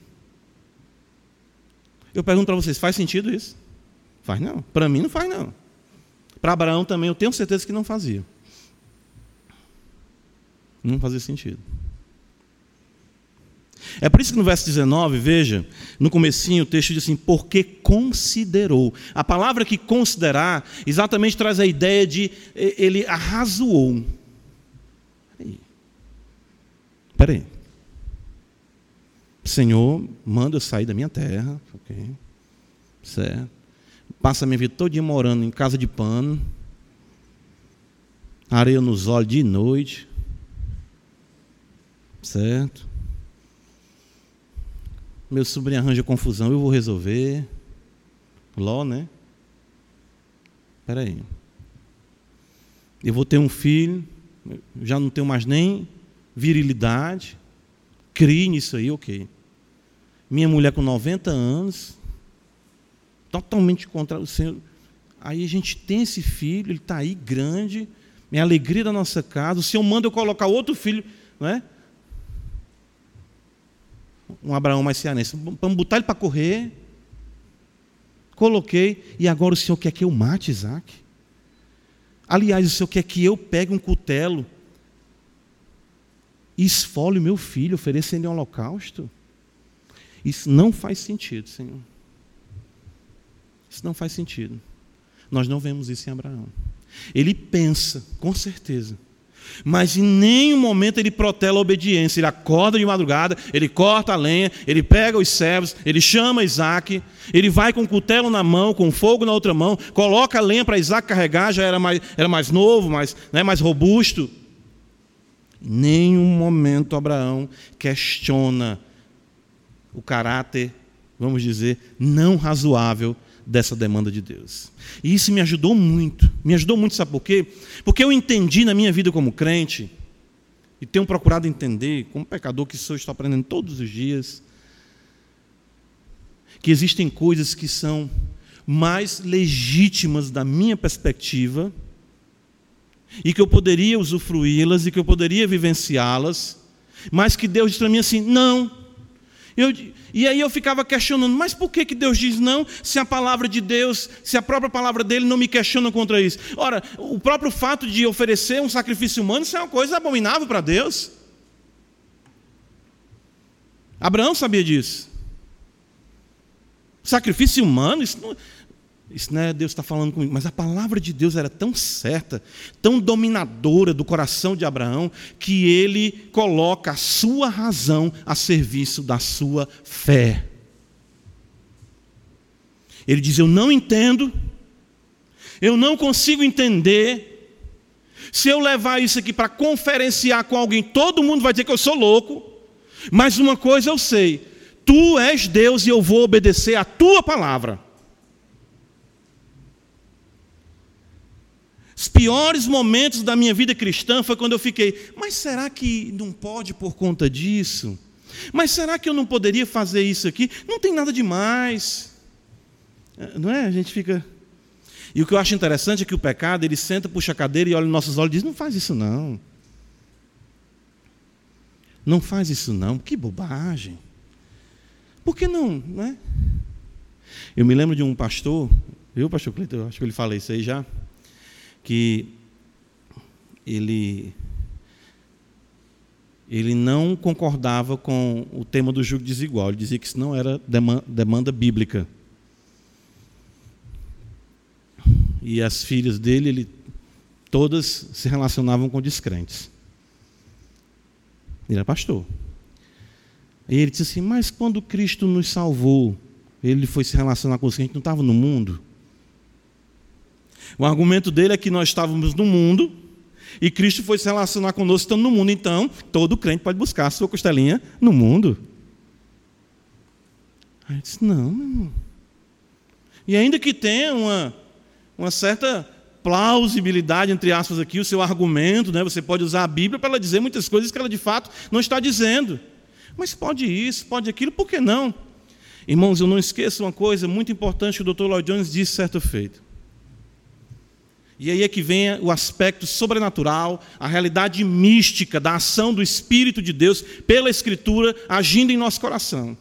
Eu pergunto para vocês, faz sentido isso? Faz não. Para mim não faz não. Para Abraão também eu tenho certeza que não fazia. Não fazia sentido. É por isso que no verso dezenove, veja, no comecinho o texto diz assim, porque considerou. A palavra que considerar exatamente traz a ideia de ele arrazoou. Espera aí. Senhor, manda eu sair da minha terra, ok? Certo. Passa a minha vida todinha morando em casa de pano, areia nos olhos de noite, certo? Meu sobrinho arranja confusão, eu vou resolver. Ló, né? Espera aí. Eu vou ter um filho, já não tenho mais nem virilidade, crie nisso aí, ok. Minha mulher com noventa anos, totalmente contra o Senhor. Aí a gente tem esse filho, ele está aí grande, é a alegria da nossa casa. O Senhor manda eu colocar outro filho, não é? Um Abraão mais cearense. Vamos botar ele para correr. Coloquei, e agora o Senhor quer que eu mate Isaque? Aliás, o Senhor quer que eu pegue um cutelo e esfole o meu filho, ofereça ele um holocausto? Isso não faz sentido, Senhor. Isso não faz sentido. Nós não vemos isso em Abraão. Ele pensa, com certeza, mas em nenhum momento ele protela a obediência. Ele acorda de madrugada, ele corta a lenha, ele pega os servos, ele chama Isaque, ele vai com o cutelo na mão, com fogo na outra mão, coloca a lenha para Isaque carregar, já era mais, era mais novo, mais, né, mais robusto. Em nenhum momento Abraão questiona o caráter, vamos dizer, não razoável dessa demanda de Deus. E isso me ajudou muito. Me ajudou muito, sabe por quê? Porque eu entendi na minha vida como crente, e tenho procurado entender, como pecador que sou, estou aprendendo todos os dias, que existem coisas que são mais legítimas da minha perspectiva, e que eu poderia usufruí-las, e que eu poderia vivenciá-las, mas que Deus diz para mim assim, não. Eu, e aí eu ficava questionando, mas por que, que Deus diz não, se a palavra de Deus, se a própria palavra dele não me questiona contra isso? Ora, o próprio fato de oferecer um sacrifício humano, isso é uma coisa abominável para Deus. Abraão sabia disso. Sacrifício humano, isso não, isso não é Deus está falando comigo, mas a palavra de Deus era tão certa, tão dominadora do coração de Abraão, que ele coloca a sua razão a serviço da sua fé. Ele diz, eu não entendo, eu não consigo entender, se eu levar isso aqui para conferenciar com alguém, todo mundo vai dizer que eu sou louco, mas uma coisa eu sei, tu és Deus e eu vou obedecer a tua palavra. Os piores momentos da minha vida cristã foi quando eu fiquei, mas será que não pode por conta disso? Mas será que eu não poderia fazer isso aqui? Não tem nada demais. Não é? A gente fica... E o que eu acho interessante é que o pecado, ele senta, puxa a cadeira e olha nos nossos olhos e diz, não faz isso não. Não faz isso não, que bobagem. Por que não? Não é? Eu me lembro de um pastor, eu, pastor Cleiton, eu acho que ele fala isso aí já, que ele, ele não concordava com o tema do julgo desigual. Ele dizia que isso não era demanda, demanda bíblica. E as filhas dele, ele, todas se relacionavam com descrentes. Ele era pastor. E ele disse assim, mas quando Cristo nos salvou, ele foi se relacionar com os que a gente não estava no mundo? O argumento dele é que nós estávamos no mundo e Cristo foi se relacionar conosco estando no mundo. Então, todo crente pode buscar a sua costelinha no mundo. Aí eu disse, não, meu irmão. E ainda que tenha uma, uma certa plausibilidade, entre aspas, aqui, o seu argumento, né? Você pode usar a Bíblia para ela dizer muitas coisas que ela de fato não está dizendo. Mas pode isso, pode aquilo, por que não? Irmãos, eu não esqueço uma coisa muito importante que o doutor Lloyd Jones disse certo feito. E aí é que vem o aspecto sobrenatural, a realidade mística da ação do Espírito de Deus pela Escritura agindo em nosso coração.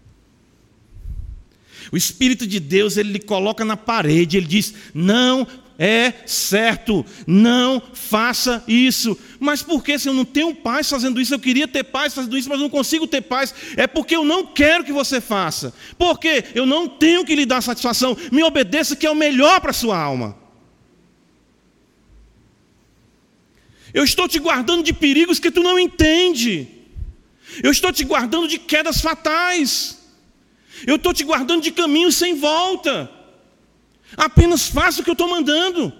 O Espírito de Deus, ele lhe coloca na parede, ele diz, não é certo, não faça isso. Mas por que, se eu não tenho paz fazendo isso? Eu queria ter paz fazendo isso, mas não consigo ter paz. É porque eu não quero que você faça. Porque eu não tenho que lhe dar satisfação. Me obedeça, que é o melhor para a sua alma. Eu estou te guardando de perigos que tu não entende. Eu estou te guardando de quedas fatais. Eu estou te guardando de caminhos sem volta. Apenas faça o que eu estou mandando.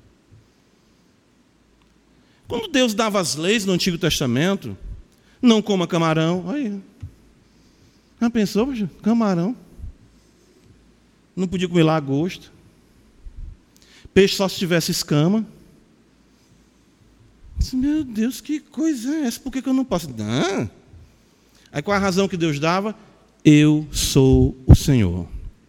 Quando Deus dava as leis no Antigo Testamento, não coma camarão. Aí, já pensou, poxa, camarão? Não podia comer lagosta. Peixe só se tivesse escama. Disse, meu Deus, que coisa é essa? Por que que eu não posso? Não. Aí qual a razão que Deus dava? Eu sou o Senhor.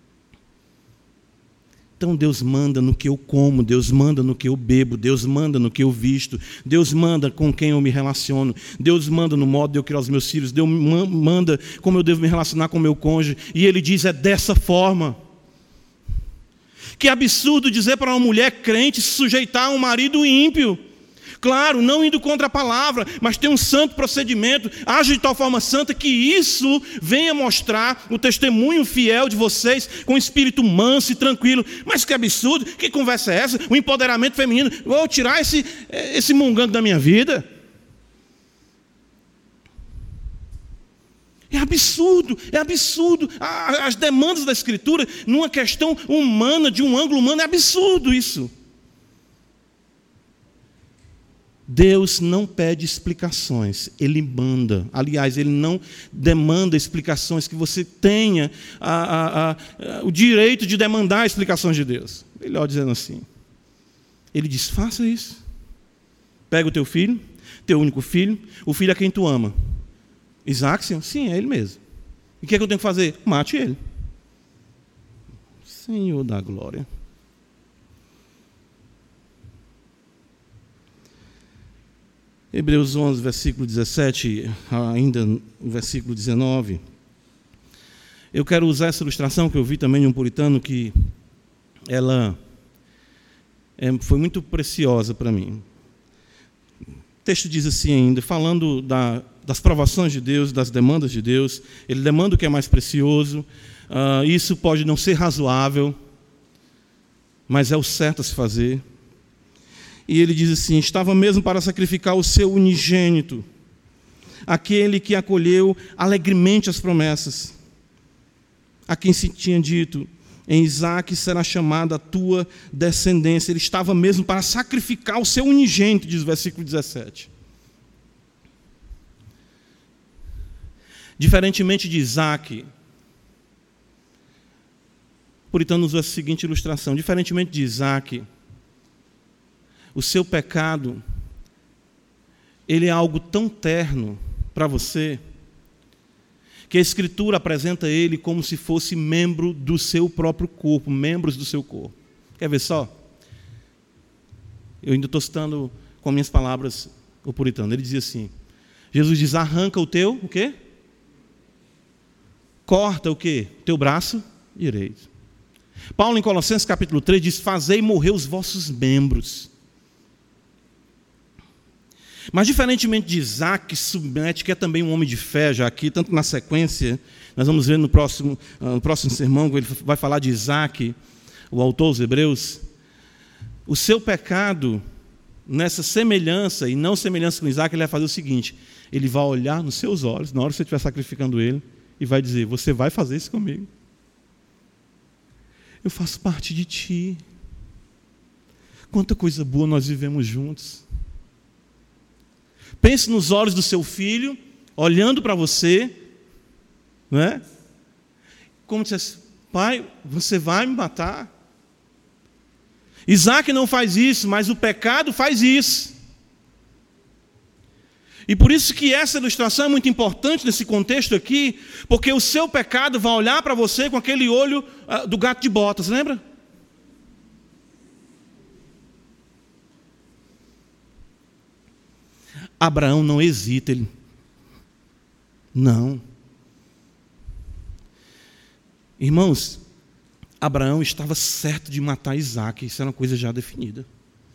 Então Deus manda no que eu como, Deus manda no que eu bebo, Deus manda no que eu visto, Deus manda com quem eu me relaciono, Deus manda no modo de eu criar os meus filhos, Deus manda como eu devo me relacionar com o meu cônjuge, e Ele diz, é dessa forma. Que absurdo dizer para uma mulher crente se sujeitar a um marido ímpio. Claro, não indo contra a palavra, mas tem um santo procedimento, age de tal forma santa que isso venha mostrar o testemunho fiel de vocês com espírito manso e tranquilo. Mas que absurdo, que conversa é essa? O empoderamento feminino, vou tirar esse, esse mungango da minha vida? É absurdo, é absurdo. As demandas da Escritura, numa questão humana, de um ângulo humano, é absurdo isso. Deus não pede explicações, Ele manda. Aliás, Ele não demanda explicações, que você tenha a, a, a, o direito de demandar explicações de Deus. Melhor dizendo assim. Ele diz, faça isso. Pega o teu filho, teu único filho, o filho a quem tu ama. Isaac, sim, sim, é ele mesmo. E o que é que eu tenho que fazer? Mate ele. Senhor da glória. Hebreus onze, versículo dezessete, ainda no versículo dezenove. Eu quero usar essa ilustração que eu vi também de um puritano, que ela é, foi muito preciosa para mim. O texto diz assim ainda, falando da, das provações de Deus, das demandas de Deus. Ele demanda o que é mais precioso. Uh, isso pode não ser razoável, mas é o certo a se fazer. E ele diz assim, estava mesmo para sacrificar o seu unigênito, aquele que acolheu alegremente as promessas, a quem se tinha dito, em Isaque será chamada a tua descendência. Ele estava mesmo para sacrificar o seu unigênito, diz o versículo dezessete. Diferentemente de Isaque, o puritano usa a seguinte ilustração, diferentemente de Isaque, o seu pecado, ele é algo tão terno para você, que a Escritura apresenta ele como se fosse membro do seu próprio corpo, membros do seu corpo. Quer ver só? Eu ainda estou citando com minhas palavras o puritano. Ele dizia assim, Jesus diz, arranca o teu, o quê? Corta o quê? Teu braço direito. Paulo, em Colossenses capítulo três, diz, fazei morrer os vossos membros. Mas diferentemente de Isaac, que submete, que é também um homem de fé, já aqui, tanto na sequência, nós vamos ver no próximo, no próximo sermão, ele vai falar de Isaac, o autor dos Hebreus, o seu pecado, nessa semelhança, e não semelhança com Isaac, ele vai fazer o seguinte, ele vai olhar nos seus olhos, na hora que você estiver sacrificando ele, e vai dizer, você vai fazer isso comigo? Eu faço parte de ti. Quanta coisa boa nós vivemos juntos. Pense nos olhos do seu filho, olhando para você, não é? Como dissesse, pai, você vai me matar? Isaac não faz isso, mas o pecado faz isso. E por isso que essa ilustração é muito importante nesse contexto aqui, porque o seu pecado vai olhar para você com aquele olho uh, do gato de botas, lembra? Abraão não hesita, ele... Não. Irmãos, Abraão estava certo de matar Isaac, isso era uma coisa já definida.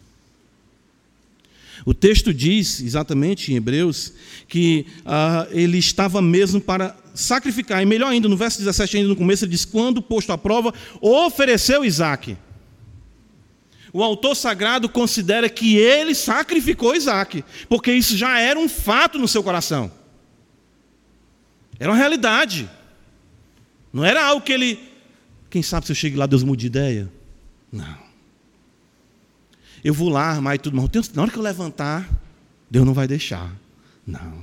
O texto diz, exatamente em Hebreus, que ah, ele estava mesmo para sacrificar. E melhor ainda, no verso dezessete, ainda no começo, ele diz, quando posto à prova, ofereceu Isaac. O autor sagrado considera que ele sacrificou Isaac, porque isso já era um fato no seu coração. Era uma realidade. Não era algo que ele... Quem sabe se eu chego lá, Deus mude de ideia? Não. Eu vou lá armar e tudo, mas na hora que eu levantar, Deus não vai deixar. Não.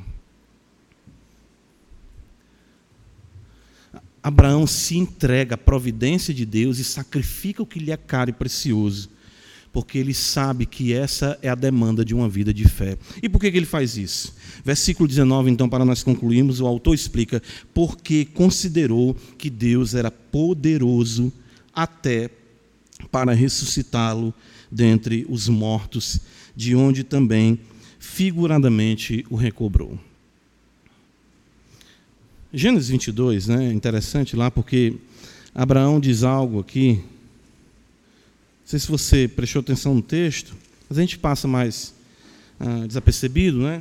Abraão se entrega à providência de Deus e sacrifica o que lhe é caro e precioso, porque ele sabe que essa é a demanda de uma vida de fé. E por que ele faz isso? Versículo dezenove, então, para nós concluirmos, o autor explica, porque considerou que Deus era poderoso até para ressuscitá-lo dentre os mortos, de onde também figuradamente o recobrou. Gênesis vinte e dois, né, é interessante lá, porque Abraão diz algo aqui, não sei se você prestou atenção no texto, mas a gente passa mais ah, desapercebido, né?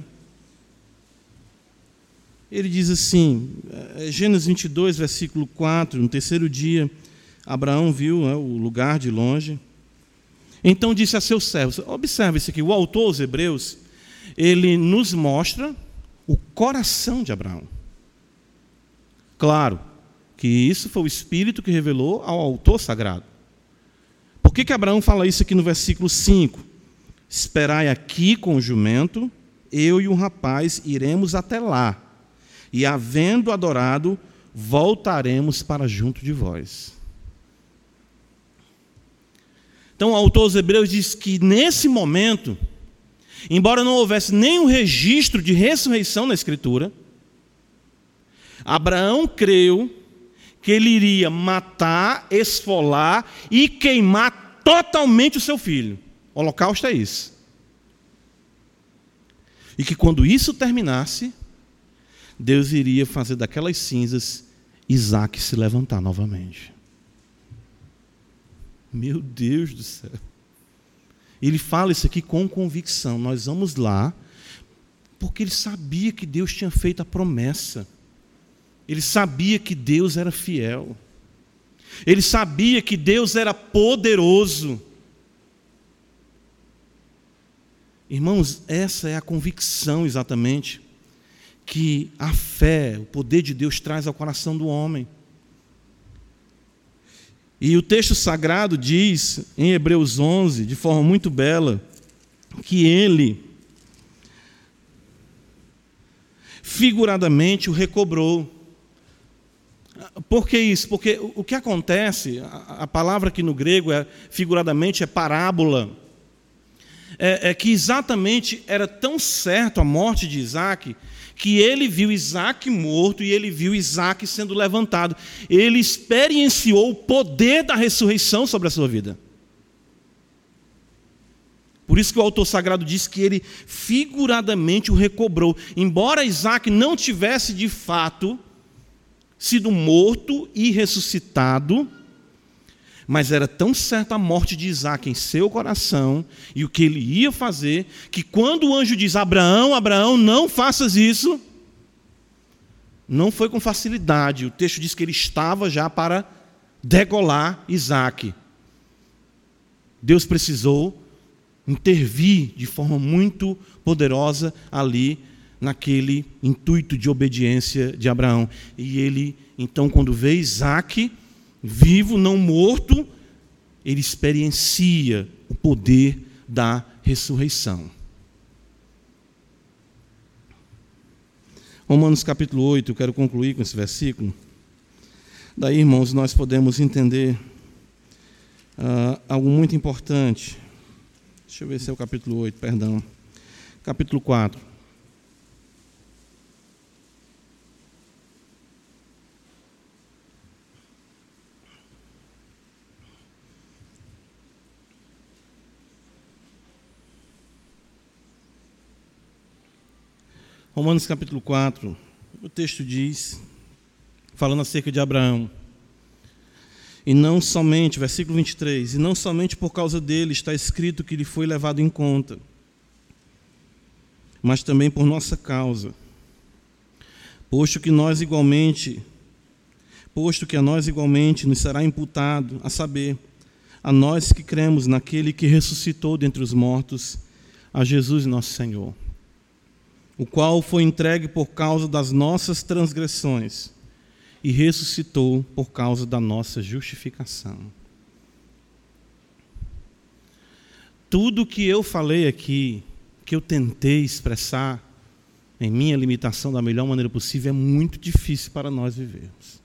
Ele diz assim, Gênesis vinte e dois, versículo quatro, no terceiro dia, Abraão viu, né, o lugar de longe. Então disse a seus servos, observe isso aqui, o autor aos Hebreus, ele nos mostra o coração de Abraão. Claro que isso foi o Espírito que revelou ao autor sagrado. Por que que Abraão fala isso aqui no versículo cinco? Esperai aqui com o jumento, eu e o rapaz iremos até lá, e havendo adorado, voltaremos para junto de vós. Então, o autor aos Hebreus diz que, nesse momento, embora não houvesse nenhum registro de ressurreição na Escritura, Abraão creu que ele iria matar, esfolar e queimar totalmente o seu filho. O holocausto é isso. E que, quando isso terminasse, Deus iria fazer daquelas cinzas Isaac se levantar novamente. Meu Deus do céu. Ele fala isso aqui com convicção. Nós vamos lá, porque ele sabia que Deus tinha feito a promessa. Ele sabia que Deus era fiel. Ele sabia que Deus era poderoso. Irmãos, essa é a convicção exatamente que a fé, o poder de Deus traz ao coração do homem. E o texto sagrado diz, em Hebreus onze, de forma muito bela, que ele, figuradamente, o recobrou. Por que isso? Porque o que acontece, a palavra aqui no grego, é, figuradamente, é parábola, é, é que exatamente era tão certo a morte de Isaac, que ele viu Isaac morto e ele viu Isaac sendo levantado. Ele experienciou o poder da ressurreição sobre a sua vida. Por isso que o autor sagrado diz que ele figuradamente o recobrou. Embora Isaac não tivesse de fato sido morto e ressuscitado, mas era tão certa a morte de Isaac em seu coração e o que ele ia fazer, que quando o anjo diz, Abraão, Abraão, não faças isso, não foi com facilidade. O texto diz que ele estava já para degolar Isaac. Deus precisou intervir de forma muito poderosa ali, naquele intuito de obediência de Abraão. E ele, então, quando vê Isaac vivo, não morto, ele experiencia o poder da ressurreição. Romanos capítulo oito, eu quero concluir com esse versículo. Daí, irmãos, nós podemos entender uh, algo muito importante. Deixa eu ver se é o capítulo oito, perdão. Capítulo quatro. Romanos capítulo quatro, o texto diz, falando acerca de Abraão, e não somente, versículo vinte e três, e não somente por causa dele está escrito que ele foi levado em conta, mas também por nossa causa, posto que nós igualmente, posto que a nós igualmente nos será imputado, a saber, a nós que cremos naquele que ressuscitou dentre os mortos, a Jesus nosso Senhor, o qual foi entregue por causa das nossas transgressões e ressuscitou por causa da nossa justificação. Tudo que eu falei aqui, que eu tentei expressar em minha limitação da melhor maneira possível, é muito difícil para nós vivermos.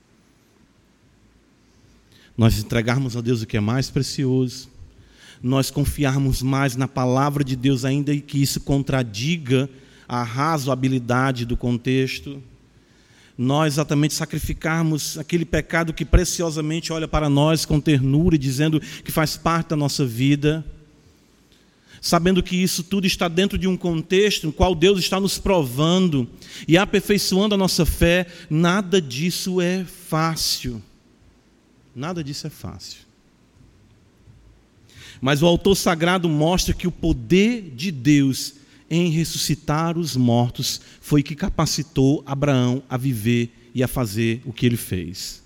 Nós entregarmos a Deus o que é mais precioso, nós confiarmos mais na palavra de Deus, ainda que isso contradiga a razoabilidade do contexto, nós exatamente sacrificarmos aquele pecado que preciosamente olha para nós com ternura e dizendo que faz parte da nossa vida, sabendo que isso tudo está dentro de um contexto no qual Deus está nos provando e aperfeiçoando a nossa fé. Nada disso é fácil. Nada disso é fácil. Mas o autor sagrado mostra que o poder de Deus em ressuscitar os mortos foi que capacitou Abraão a viver e a fazer o que ele fez.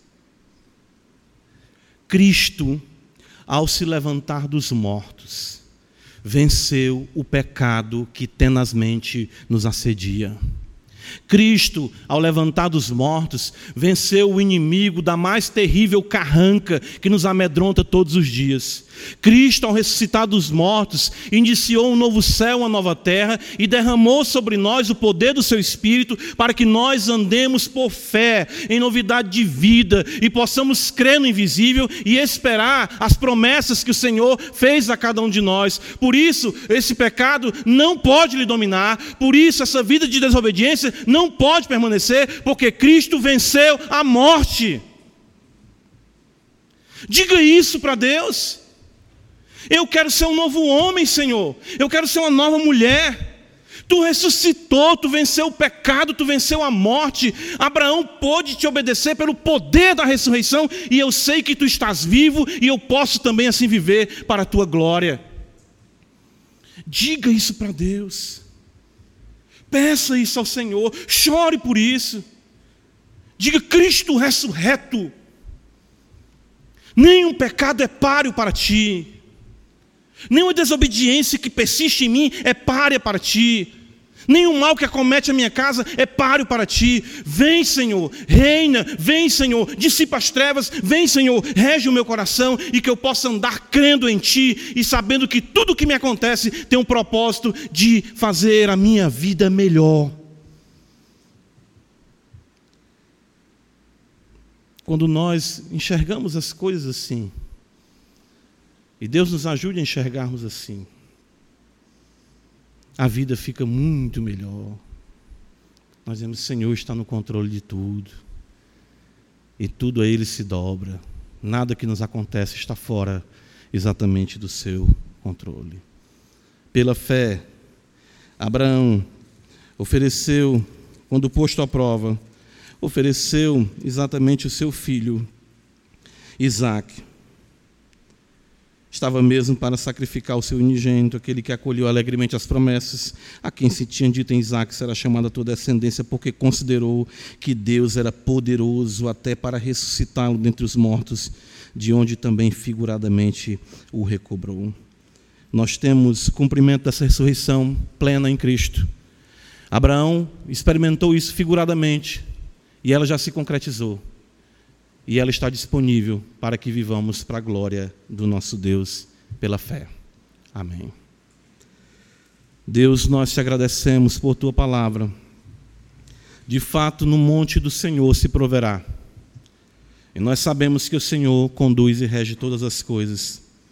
Cristo, ao se levantar dos mortos, venceu o pecado que tenazmente nos assedia. Cristo, ao levantar dos mortos, venceu o inimigo da mais terrível carranca que nos amedronta todos os dias. Cristo, ao ressuscitar dos mortos, iniciou um novo céu, uma nova terra e derramou sobre nós o poder do seu Espírito para que nós andemos por fé em novidade de vida e possamos crer no invisível e esperar as promessas que o Senhor fez a cada um de nós. Por isso, esse pecado não pode lhe dominar, por isso essa vida de desobediência não pode permanecer, porque Cristo venceu a morte. Diga isso para Deus. Eu quero ser um novo homem, Senhor. Eu quero ser uma nova mulher. Tu ressuscitou, tu venceu o pecado, tu venceu a morte. Abraão pôde te obedecer pelo poder da ressurreição, e eu sei que tu estás vivo, e eu posso também assim viver para a tua glória. Diga isso para Deus. Peça isso ao Senhor, chore por isso. Diga: Cristo ressurreto, nenhum pecado é páreo para ti. Nenhuma desobediência que persiste em mim é párea para ti. Nenhum mal que acomete a minha casa é páreo para ti. Vem, Senhor, reina. Vem, Senhor, dissipa as trevas. Vem, Senhor, rege o meu coração, e que eu possa andar crendo em ti e sabendo que tudo o que me acontece tem um propósito de fazer a minha vida melhor. Quando nós enxergamos as coisas assim, e Deus nos ajude a enxergarmos assim, a vida fica muito melhor. Nós vemos: o Senhor está no controle de tudo, e tudo a Ele se dobra. Nada que nos acontece está fora exatamente do seu controle. Pela fé, Abraão ofereceu, quando posto à prova, ofereceu exatamente o seu filho, Isaque. Estava mesmo para sacrificar o seu unigênito, aquele que acolheu alegremente as promessas, a quem se tinha dito em Isaque será chamada a tua descendência, porque considerou que Deus era poderoso até para ressuscitá-lo dentre os mortos, de onde também figuradamente o recobrou. Nós temos cumprimento dessa ressurreição plena em Cristo. Abraão experimentou isso figuradamente, e ela já se concretizou. E ela está disponível para que vivamos para a glória do nosso Deus pela fé. Amém. Deus, nós te agradecemos por tua palavra. De fato, no monte do Senhor se proverá. E nós sabemos que o Senhor conduz e rege todas as coisas.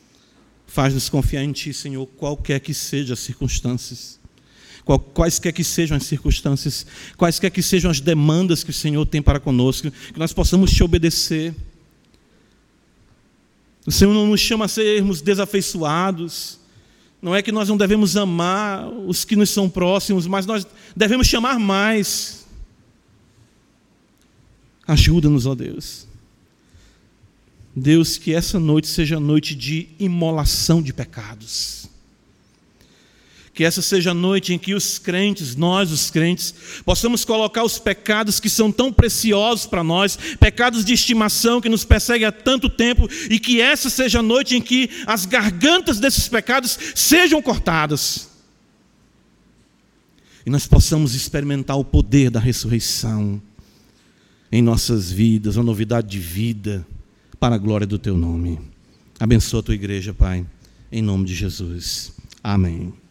Faz-nos confiar em Ti, Senhor, qualquer que sejam as circunstâncias. Quaisquer que sejam as circunstâncias, quaisquer que sejam as demandas que o Senhor tem para conosco, que nós possamos Te obedecer. O Senhor não nos chama a sermos desafeiçoados. Não é que nós não devemos amar os que nos são próximos, mas nós devemos chamar mais. Ajuda-nos, ó Deus. Deus, que essa noite seja noite de imolação de pecados. Que essa seja a noite em que os crentes, nós os crentes, possamos colocar os pecados que são tão preciosos para nós, pecados de estimação que nos perseguem há tanto tempo, e que essa seja a noite em que as gargantas desses pecados sejam cortadas. E nós possamos experimentar o poder da ressurreição em nossas vidas, uma novidade de vida, para a glória do Teu nome. Abençoa a Tua igreja, Pai, em nome de Jesus. Amém.